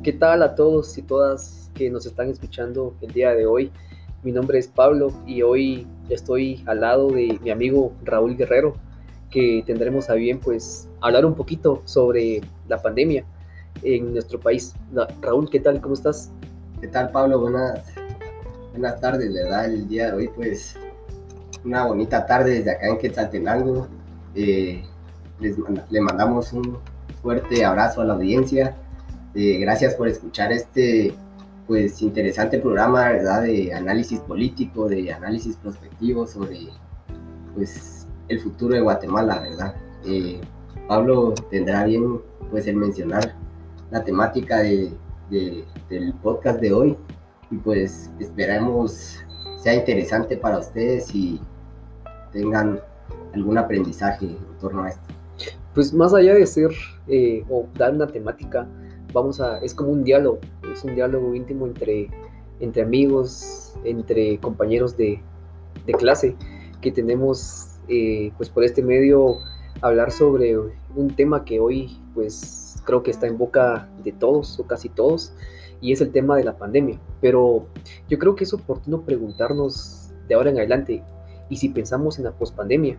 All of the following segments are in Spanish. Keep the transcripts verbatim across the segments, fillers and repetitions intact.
¿Qué tal a todos y todas que nos están escuchando el día de hoy? Mi nombre es Pablo y hoy estoy al lado de mi amigo Raúl Guerrero, que tendremos a bien pues hablar un poquito sobre la pandemia en nuestro país. Raúl, ¿qué tal? ¿Cómo estás? ¿Qué tal, Pablo? Buenas, buenas tardes, ¿verdad? El día de hoy, pues, una bonita tarde desde acá en Quetzaltenango. Eh, les, le mandamos un fuerte abrazo a la audiencia. Eh, gracias por escuchar este, pues, interesante programa, ¿verdad? De análisis político, de análisis prospectivo sobre, pues, el futuro de Guatemala, ¿verdad? Eh, Pablo tendrá bien, pues, el mencionar la temática de, de, del podcast de hoy. Y pues esperamos sea interesante para ustedes y tengan algún aprendizaje en torno a esto. Pues más allá de ser eh, o dar una temática, vamos a, es como un diálogo, es un diálogo íntimo entre, entre amigos, entre compañeros de, de clase, que tenemos eh, pues por este medio hablar sobre un tema que hoy pues creo que está en boca de todos o casi todos, y es el tema de la pandemia. Pero yo creo que es oportuno preguntarnos de ahora en adelante, y si pensamos en la pospandemia,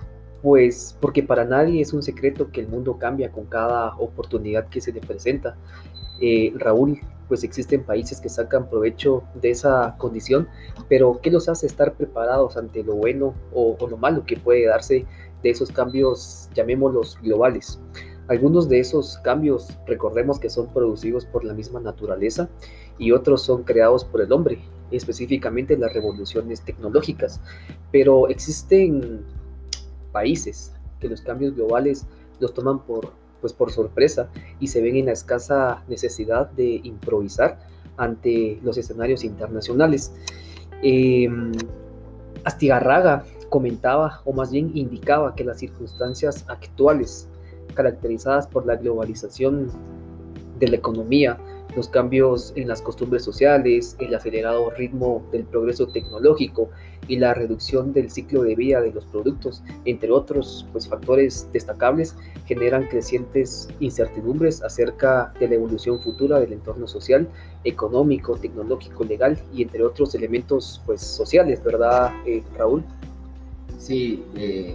pues porque para nadie es un secreto que el mundo cambia con cada oportunidad que se le presenta. Eh, Raúl, pues existen países que sacan provecho de esa condición, pero ¿qué los hace estar preparados ante lo bueno o, o lo malo que puede darse de esos cambios, llamémoslos globales? Algunos de esos cambios, recordemos que son producidos por la misma naturaleza y otros son creados por el hombre, específicamente las revoluciones tecnológicas, pero existen países que los cambios globales los toman por, pues por sorpresa y se ven en la escasa necesidad de improvisar ante los escenarios internacionales. Eh, Astigarraga comentaba, o más bien indicaba, que las circunstancias actuales, caracterizadas por la globalización de la economía, los cambios en las costumbres sociales, el acelerado ritmo del progreso tecnológico y la reducción del ciclo de vida de los productos, entre otros pues, factores destacables, generan crecientes incertidumbres acerca de la evolución futura del entorno social, económico, tecnológico, legal y entre otros elementos pues, sociales, ¿verdad, eh, Raúl? Sí, eh,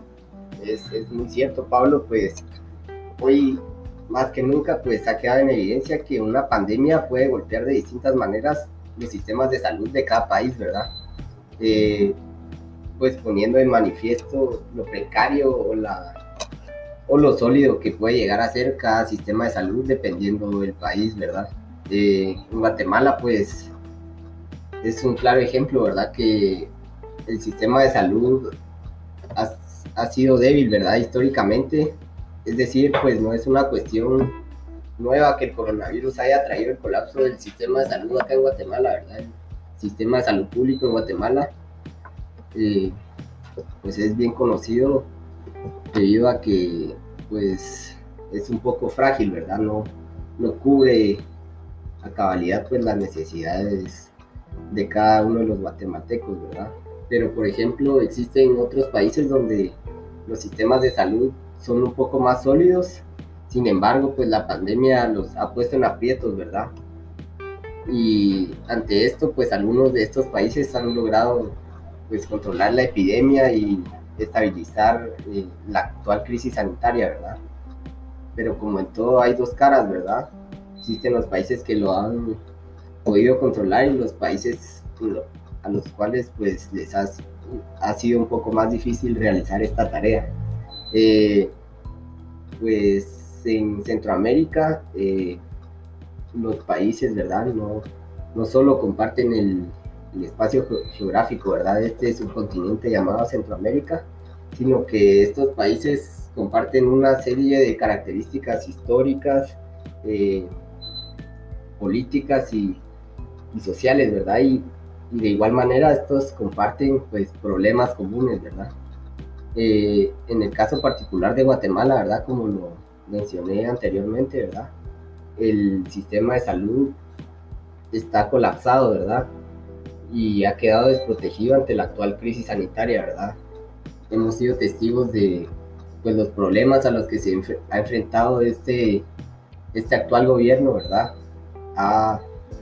es, es muy cierto, Pablo. Pues hoy más que nunca pues ha quedado en evidencia que una pandemia puede golpear de distintas maneras los sistemas de salud de cada país, ¿verdad? Eh, pues poniendo en manifiesto lo precario o, la, o lo sólido que puede llegar a ser cada sistema de salud dependiendo del país, ¿verdad? Eh, en Guatemala pues es un claro ejemplo, ¿verdad? Que el sistema de salud ha, ha sido débil, ¿verdad? Históricamente. Es decir, pues no es una cuestión nueva que el coronavirus haya traído el colapso del sistema de salud acá en Guatemala, ¿verdad? El sistema de salud público en Guatemala, eh, pues es bien conocido debido a que, pues, es un poco frágil, ¿verdad? No, no cubre a cabalidad, pues, las necesidades de cada uno de los guatemaltecos, ¿verdad? Pero, por ejemplo, existen otros países donde los sistemas de salud son un poco más sólidos. Sin embargo, pues la pandemia los ha puesto en aprietos, ¿verdad? Y ante esto, pues algunos de estos países han logrado pues controlar la epidemia y estabilizar eh, la actual crisis sanitaria, ¿verdad? Pero como en todo hay dos caras, ¿verdad? Existen los países que lo han podido controlar y los países a los cuales pues les ha, ha sido un poco más difícil realizar esta tarea. Eh, pues en Centroamérica eh, los países, ¿verdad? No, no solo comparten el, el espacio geográfico, ¿verdad? Este subcontinente llamado Centroamérica, sino que estos países comparten una serie de características históricas, eh, políticas y, y sociales, ¿verdad? Y, y de igual manera estos comparten pues problemas comunes, ¿verdad? Eh, en el caso particular de Guatemala, ¿verdad? Como lo mencioné anteriormente, ¿verdad? El sistema de salud está colapsado, ¿verdad? Y ha quedado desprotegido ante la actual crisis sanitaria, ¿verdad? Hemos sido testigos de pues, los problemas a los que se ha enfrentado este, este actual gobierno, ¿verdad? ha,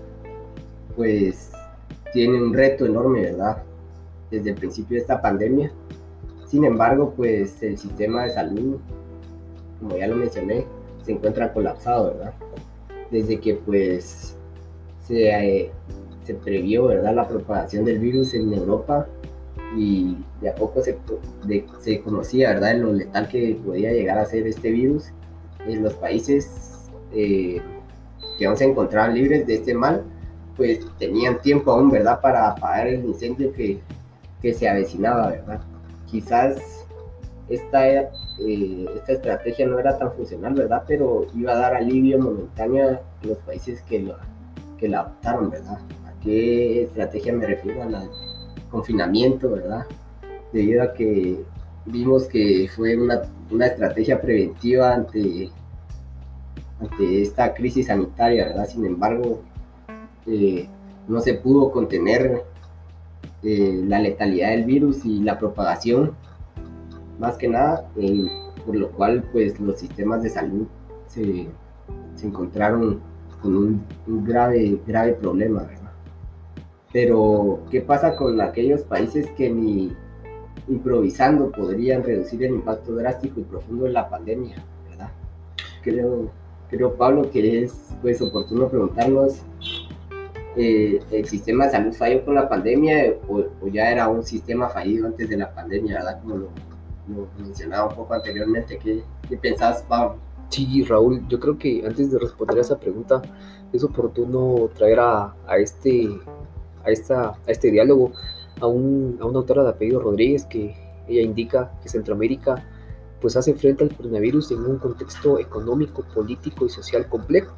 pues tiene un reto enorme, ¿verdad? Desde el principio de esta pandemia. Sin embargo, pues el sistema de salud, como ya lo mencioné, se encuentra colapsado, ¿verdad? Desde que pues se, eh, se previó, ¿verdad?, la propagación del virus en Europa, y de a poco se, de, se conocía, ¿verdad?, lo letal que podía llegar a ser este virus. En los países eh, que aún se encontraban libres de este mal, pues tenían tiempo aún, ¿verdad?, para apagar el incendio que, que se avecinaba, ¿verdad? Quizás esta, eh, esta estrategia no era tan funcional, ¿verdad?, pero iba a dar alivio momentáneo a los países que, lo, que la adoptaron, ¿verdad? ¿A qué estrategia me refiero? A la confinamiento, ¿verdad? Debido a que vimos que fue una, una estrategia preventiva ante, ante esta crisis sanitaria, ¿verdad? Sin embargo, eh, no se pudo contener eh, la letalidad del virus y la propagación, más que nada, eh, por lo cual pues los sistemas de salud se, se encontraron con un, un grave, grave problema, ¿verdad? Pero, ¿qué pasa con aquellos países que ni improvisando podrían reducir el impacto drástico y profundo de la pandemia, ¿verdad? Creo, creo Pablo, que es pues oportuno preguntarnos, eh, ¿el sistema de salud falló con la pandemia o, o ya era un sistema fallido antes de la pandemia, ¿verdad? Como lo, lo mencionaba un poco anteriormente. ¿Qué, qué pensás, Pablo? Sí, Raúl, yo creo que antes de responder a esa pregunta es oportuno traer a, a este... A, esta, a este diálogo a, un, a una autora de apellido Rodríguez, que ella indica que Centroamérica pues hace frente al coronavirus en un contexto económico, político y social complejo.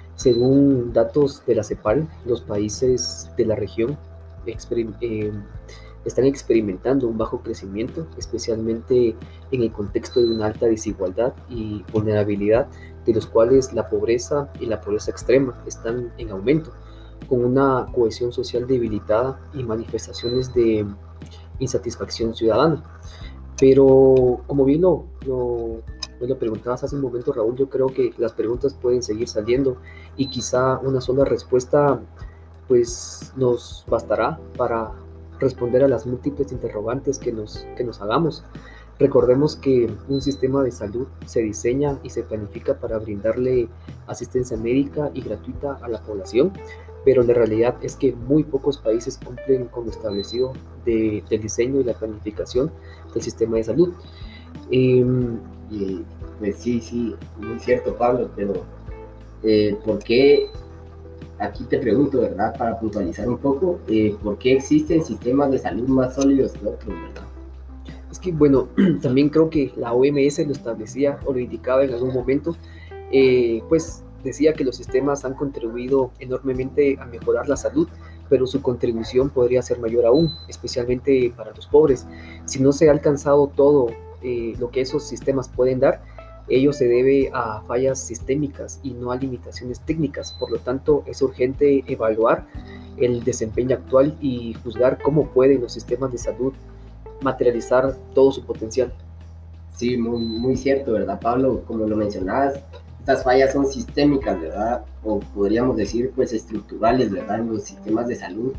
Según datos de la CEPAL, los países de la región exper eh, están experimentando un bajo crecimiento, especialmente en el contexto de una alta desigualdad y vulnerabilidad, de los cuales la pobreza y la pobreza extrema están en aumento, con una cohesión social debilitada y manifestaciones de insatisfacción ciudadana. Pero como bien lo, lo, lo preguntabas hace un momento, Raúl, yo creo que las preguntas pueden seguir saliendo y quizá una sola respuesta pues nos bastará para responder a las múltiples interrogantes que nos, que nos hagamos. Recordemos que un sistema de salud se diseña y se planifica para brindarle asistencia médica y gratuita a la población, pero la realidad es que muy pocos países cumplen con lo establecido de, del diseño y la planificación del sistema de salud. Eh, y, pues sí, sí, muy cierto, Pablo, pero eh, ¿por qué? Aquí te pregunto, ¿verdad? Para puntualizar un poco, eh, ¿por qué existen sistemas de salud más sólidos que otros, verdad? Es que, bueno, también creo que la O M S lo establecía o lo indicaba en algún momento, eh, pues decía que los sistemas han contribuido enormemente a mejorar la salud, pero su contribución podría ser mayor aún, especialmente para los pobres. Si no se ha alcanzado todo eh, lo que esos sistemas pueden dar, ello se debe a fallas sistémicas y no a limitaciones técnicas. Por lo tanto, es urgente evaluar el desempeño actual y juzgar cómo pueden los sistemas de salud materializar todo su potencial. Sí, muy, muy cierto, ¿verdad, Pablo? Como lo mencionabas, estas fallas son sistémicas, ¿verdad? O podríamos decir, pues, estructurales, ¿verdad? En los sistemas de salud.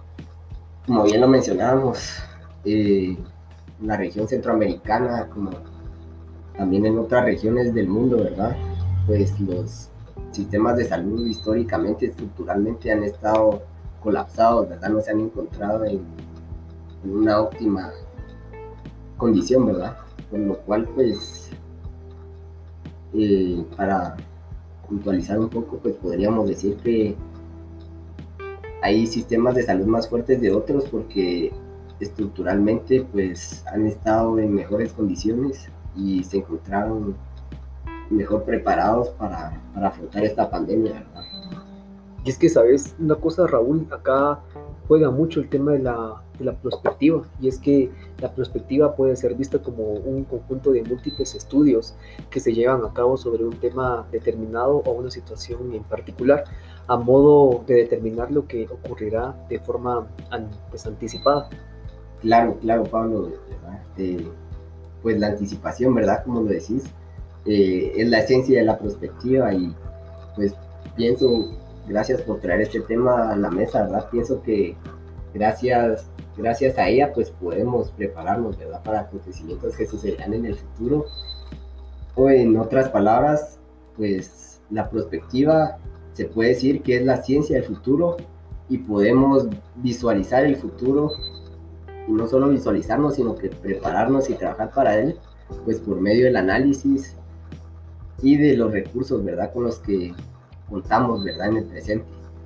Como bien lo mencionábamos, eh, en la región centroamericana, como también en otras regiones del mundo, ¿verdad? Pues los sistemas de salud históricamente, estructuralmente han estado colapsados, ¿verdad? No se han encontrado en, en una óptima condición, ¿verdad? Con lo cual, pues, eh, para puntualizar un poco, pues podríamos decir que hay sistemas de salud más fuertes de otros porque estructuralmente, pues, han estado en mejores condiciones y se encontraron mejor preparados para, para afrontar esta pandemia, ¿verdad? Y es que, ¿sabes? Una cosa, Raúl, acá juega mucho el tema de la, de la perspectiva, y es que la perspectiva puede ser vista como un conjunto de múltiples estudios que se llevan a cabo sobre un tema determinado o una situación en particular, a modo de determinar lo que ocurrirá de forma pues, anticipada. Claro, claro, Pablo, ¿verdad? Eh, pues la anticipación, ¿verdad? Como lo decís, eh, es la esencia de la perspectiva, y pues pienso gracias por traer este tema a la mesa, ¿verdad? Pienso que gracias, gracias a ella pues podemos prepararnos, ¿verdad? Para acontecimientos que sucederán en el futuro. O en otras palabras, pues la prospectiva se puede decir que es la ciencia del futuro y podemos visualizar el futuro, y no solo visualizarnos, sino que prepararnos y trabajar para él, pues por medio del análisis y de los recursos, ¿verdad? Con los que contamos, ¿verdad? En el presente.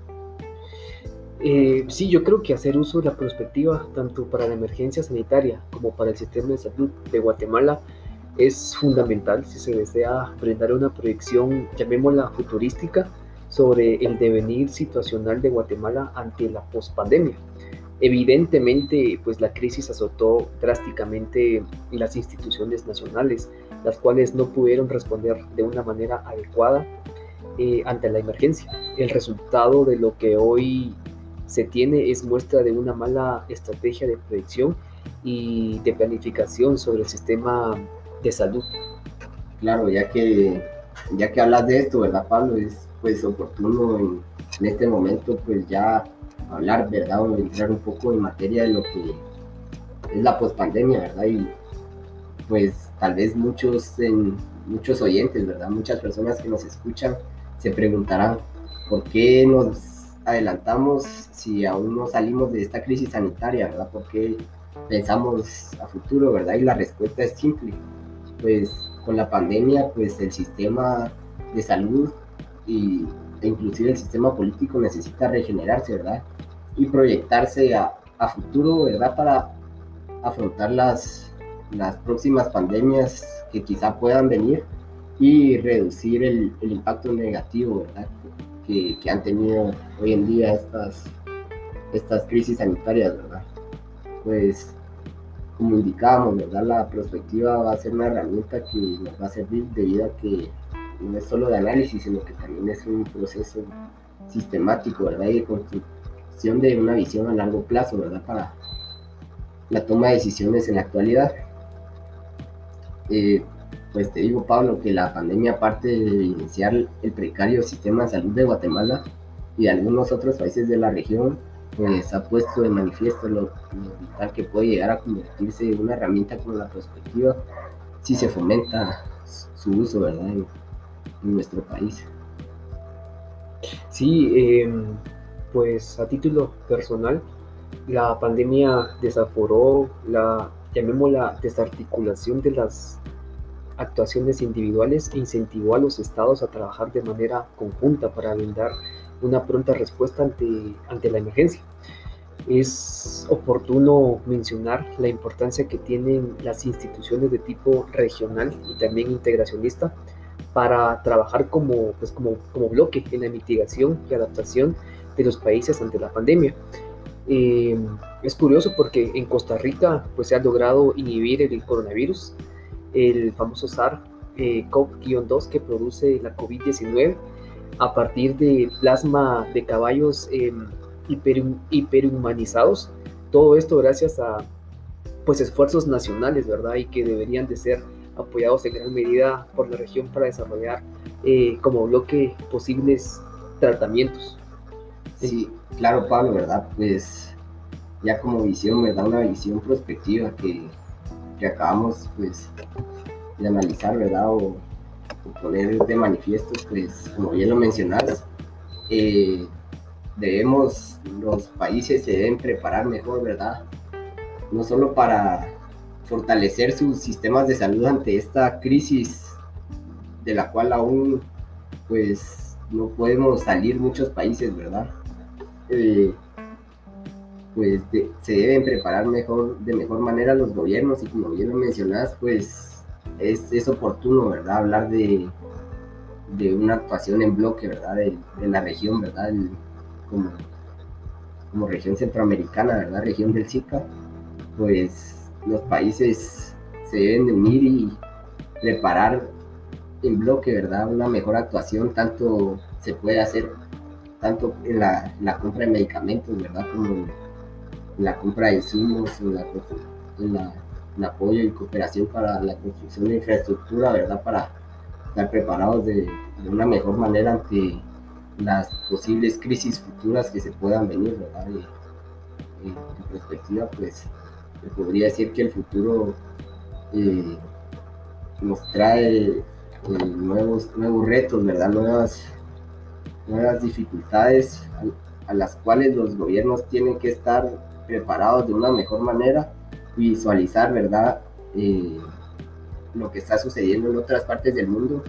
Eh, sí, yo creo que hacer uso de la prospectiva, tanto para la emergencia sanitaria como para el sistema de salud de Guatemala, es fundamental si se desea brindar una proyección, llamémosla futurística, sobre el devenir situacional de Guatemala ante la pospandemia. Evidentemente, pues la crisis azotó drásticamente las instituciones nacionales, las cuales no pudieron responder de una manera adecuada eh, ante la emergencia. El resultado de lo que hoy se tiene es muestra de una mala estrategia de predicción y de planificación sobre el sistema de salud. Claro, ya que, ya que hablas de esto, ¿verdad, Pablo? Es pues oportuno en, en este momento pues ya hablar, ¿verdad? O entrar un poco en materia de lo que es la pospandemia, ¿verdad? Y pues tal vez muchos, en, muchos oyentes, ¿verdad? Muchas personas que nos escuchan se preguntarán por qué nos adelantamos si aún no salimos de esta crisis sanitaria, ¿verdad? ¿Por qué pensamos a futuro, ¿verdad? Y la respuesta es simple. Pues con la pandemia, pues el sistema de salud y, e inclusive el sistema político necesita regenerarse, ¿verdad? Y proyectarse a, a futuro, ¿verdad? Para afrontar las, las próximas pandemias que quizá puedan venir y reducir el, el impacto negativo, ¿verdad? Que, que han tenido hoy en día estas, estas crisis sanitarias, ¿verdad? Pues como indicábamos, ¿verdad? La prospectiva va a ser una herramienta que nos va a servir debido a que no es solo de análisis, sino que también es un proceso sistemático, ¿verdad? Y de construcción de una visión a largo plazo, ¿verdad? Para la toma de decisiones en la actualidad. Eh, pues te digo, Pablo, que la pandemia, aparte de evidenciar el precario sistema de salud de Guatemala y de algunos otros países de la región, pues ha puesto de manifiesto lo, lo vital que puede llegar a convertirse en una herramienta como la prospectiva si se fomenta su uso, ¿verdad? En, en nuestro país. Sí, eh, pues a título personal, la pandemia desaforó la, llamémosla, desarticulación de las actuaciones individuales e incentivó a los estados a trabajar de manera conjunta para brindar una pronta respuesta ante, ante la emergencia. Es oportuno mencionar la importancia que tienen las instituciones de tipo regional y también integracionista para trabajar como, pues como, como bloque en la mitigación y adaptación de los países ante la pandemia. Eh, es curioso porque en Costa Rica pues, se ha logrado inhibir el coronavirus, el famoso SARS-CoV dos que produce la COVID diecinueve a partir de plasma de caballos eh, hiper, hiperhumanizados. Todo esto gracias a pues, esfuerzos nacionales, ¿verdad? Y que deberían de ser apoyados en gran medida por la región para desarrollar eh, como bloque posibles tratamientos. Sí, claro, Pablo, ¿verdad? Pues ya como visión, ¿verdad? Una visión prospectiva que, que acabamos pues de analizar, ¿verdad? O, o poner de manifiesto, pues como bien lo mencionas, eh, debemos, los países se deben preparar mejor, ¿verdad? No solo para fortalecer sus sistemas de salud ante esta crisis de la cual aún pues no podemos salir muchos países, ¿verdad? Eh, pues de, se deben preparar mejor, de mejor manera los gobiernos y como bien lo mencionas, pues es, es oportuno, ¿verdad? Hablar de, de una actuación en bloque, ¿verdad? De, de la región, ¿verdad? El, como, como región centroamericana, ¿verdad? Región del SICA, pues los países se deben de unir y preparar en bloque, ¿verdad? Una mejor actuación, tanto se puede hacer tanto en la, la compra de medicamentos, ¿verdad? Como en la compra de insumos, en la, en la en apoyo y cooperación para la construcción de infraestructura, ¿verdad? Para estar preparados de, de una mejor manera ante las posibles crisis futuras que se puedan venir, ¿verdad? Y, y en perspectiva, pues, se podría decir que el futuro eh, nos trae eh, nuevos, nuevos retos, ¿verdad? Nuevas, nuevas dificultades a, a las cuales los gobiernos tienen que estar preparados de una mejor manera y visualizar, ¿verdad? Eh, lo que está sucediendo en otras partes del mundo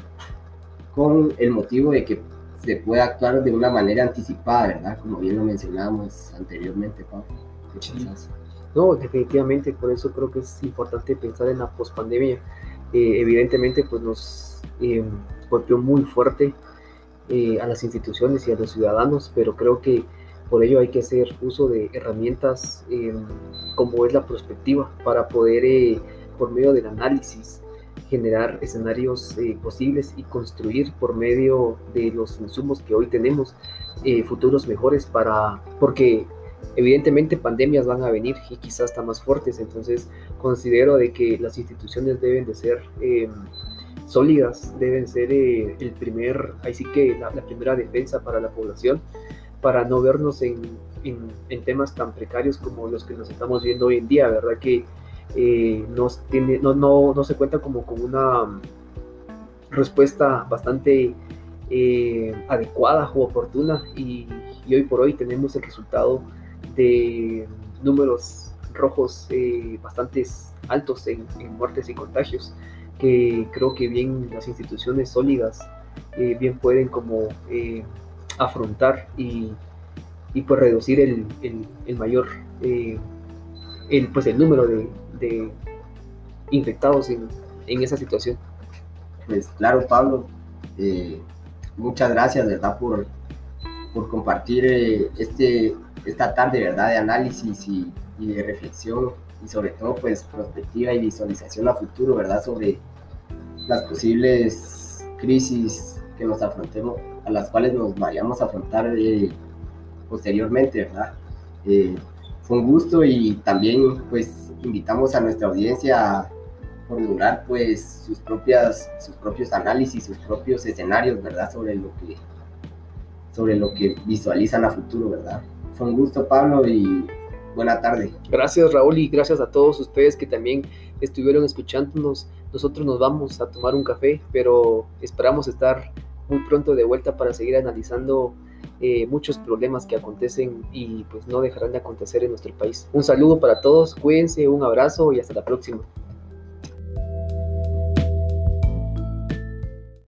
con el motivo de que se pueda actuar de una manera anticipada, ¿verdad? Como bien lo mencionábamos anteriormente, Pablo. ¿Qué piensas? No, definitivamente, por eso creo que es importante pensar en la pospandemia. Eh, evidentemente, pues nos eh, golpeó muy fuerte eh, a las instituciones y a los ciudadanos, pero creo que por ello hay que hacer uso de herramientas eh, como es la prospectiva para poder, eh, por medio del análisis, generar escenarios eh, posibles y construir por medio de los insumos que hoy tenemos eh, futuros mejores para, porque evidentemente pandemias van a venir y quizás hasta más fuertes, entonces considero de que las instituciones deben de ser eh, sólidas, deben ser eh, el primer, ahí sí que la, la primera defensa para la población, para no vernos en, en, en temas tan precarios como los que nos estamos viendo hoy en día, ¿verdad? Que eh, nos tiene, no, no, no se cuenta como con una respuesta bastante eh, adecuada o oportuna y, y hoy por hoy tenemos el resultado de números rojos eh, bastante altos en, en muertes y contagios, que creo que bien las instituciones sólidas eh, bien pueden como eh, afrontar y, y pues reducir el, el, el mayor eh, el, pues el número de, de infectados en, en esa situación. Pues claro, Pablo, eh, muchas gracias, ¿verdad? Por, por compartir eh, este, esta tarde, ¿verdad? De análisis y, y de reflexión y sobre todo, pues, perspectiva y visualización a futuro, ¿verdad? Sobre las posibles crisis que nos afrontemos, a las cuales nos vayamos a afrontar eh, posteriormente, ¿verdad? Eh, fue un gusto y también, pues, invitamos a nuestra audiencia a formular, pues, sus propias, sus propios análisis, sus propios escenarios, ¿verdad? Sobre lo que, sobre lo que visualizan a futuro, ¿verdad? Fue un gusto, Pablo, y buena tarde. Gracias, Raúl, y gracias a todos ustedes que también estuvieron escuchándonos. Nosotros nos vamos a tomar un café, pero esperamos estar muy pronto de vuelta para seguir analizando eh, muchos problemas que acontecen y pues no dejarán de acontecer en nuestro país. Un saludo para todos, cuídense, un abrazo y hasta la próxima.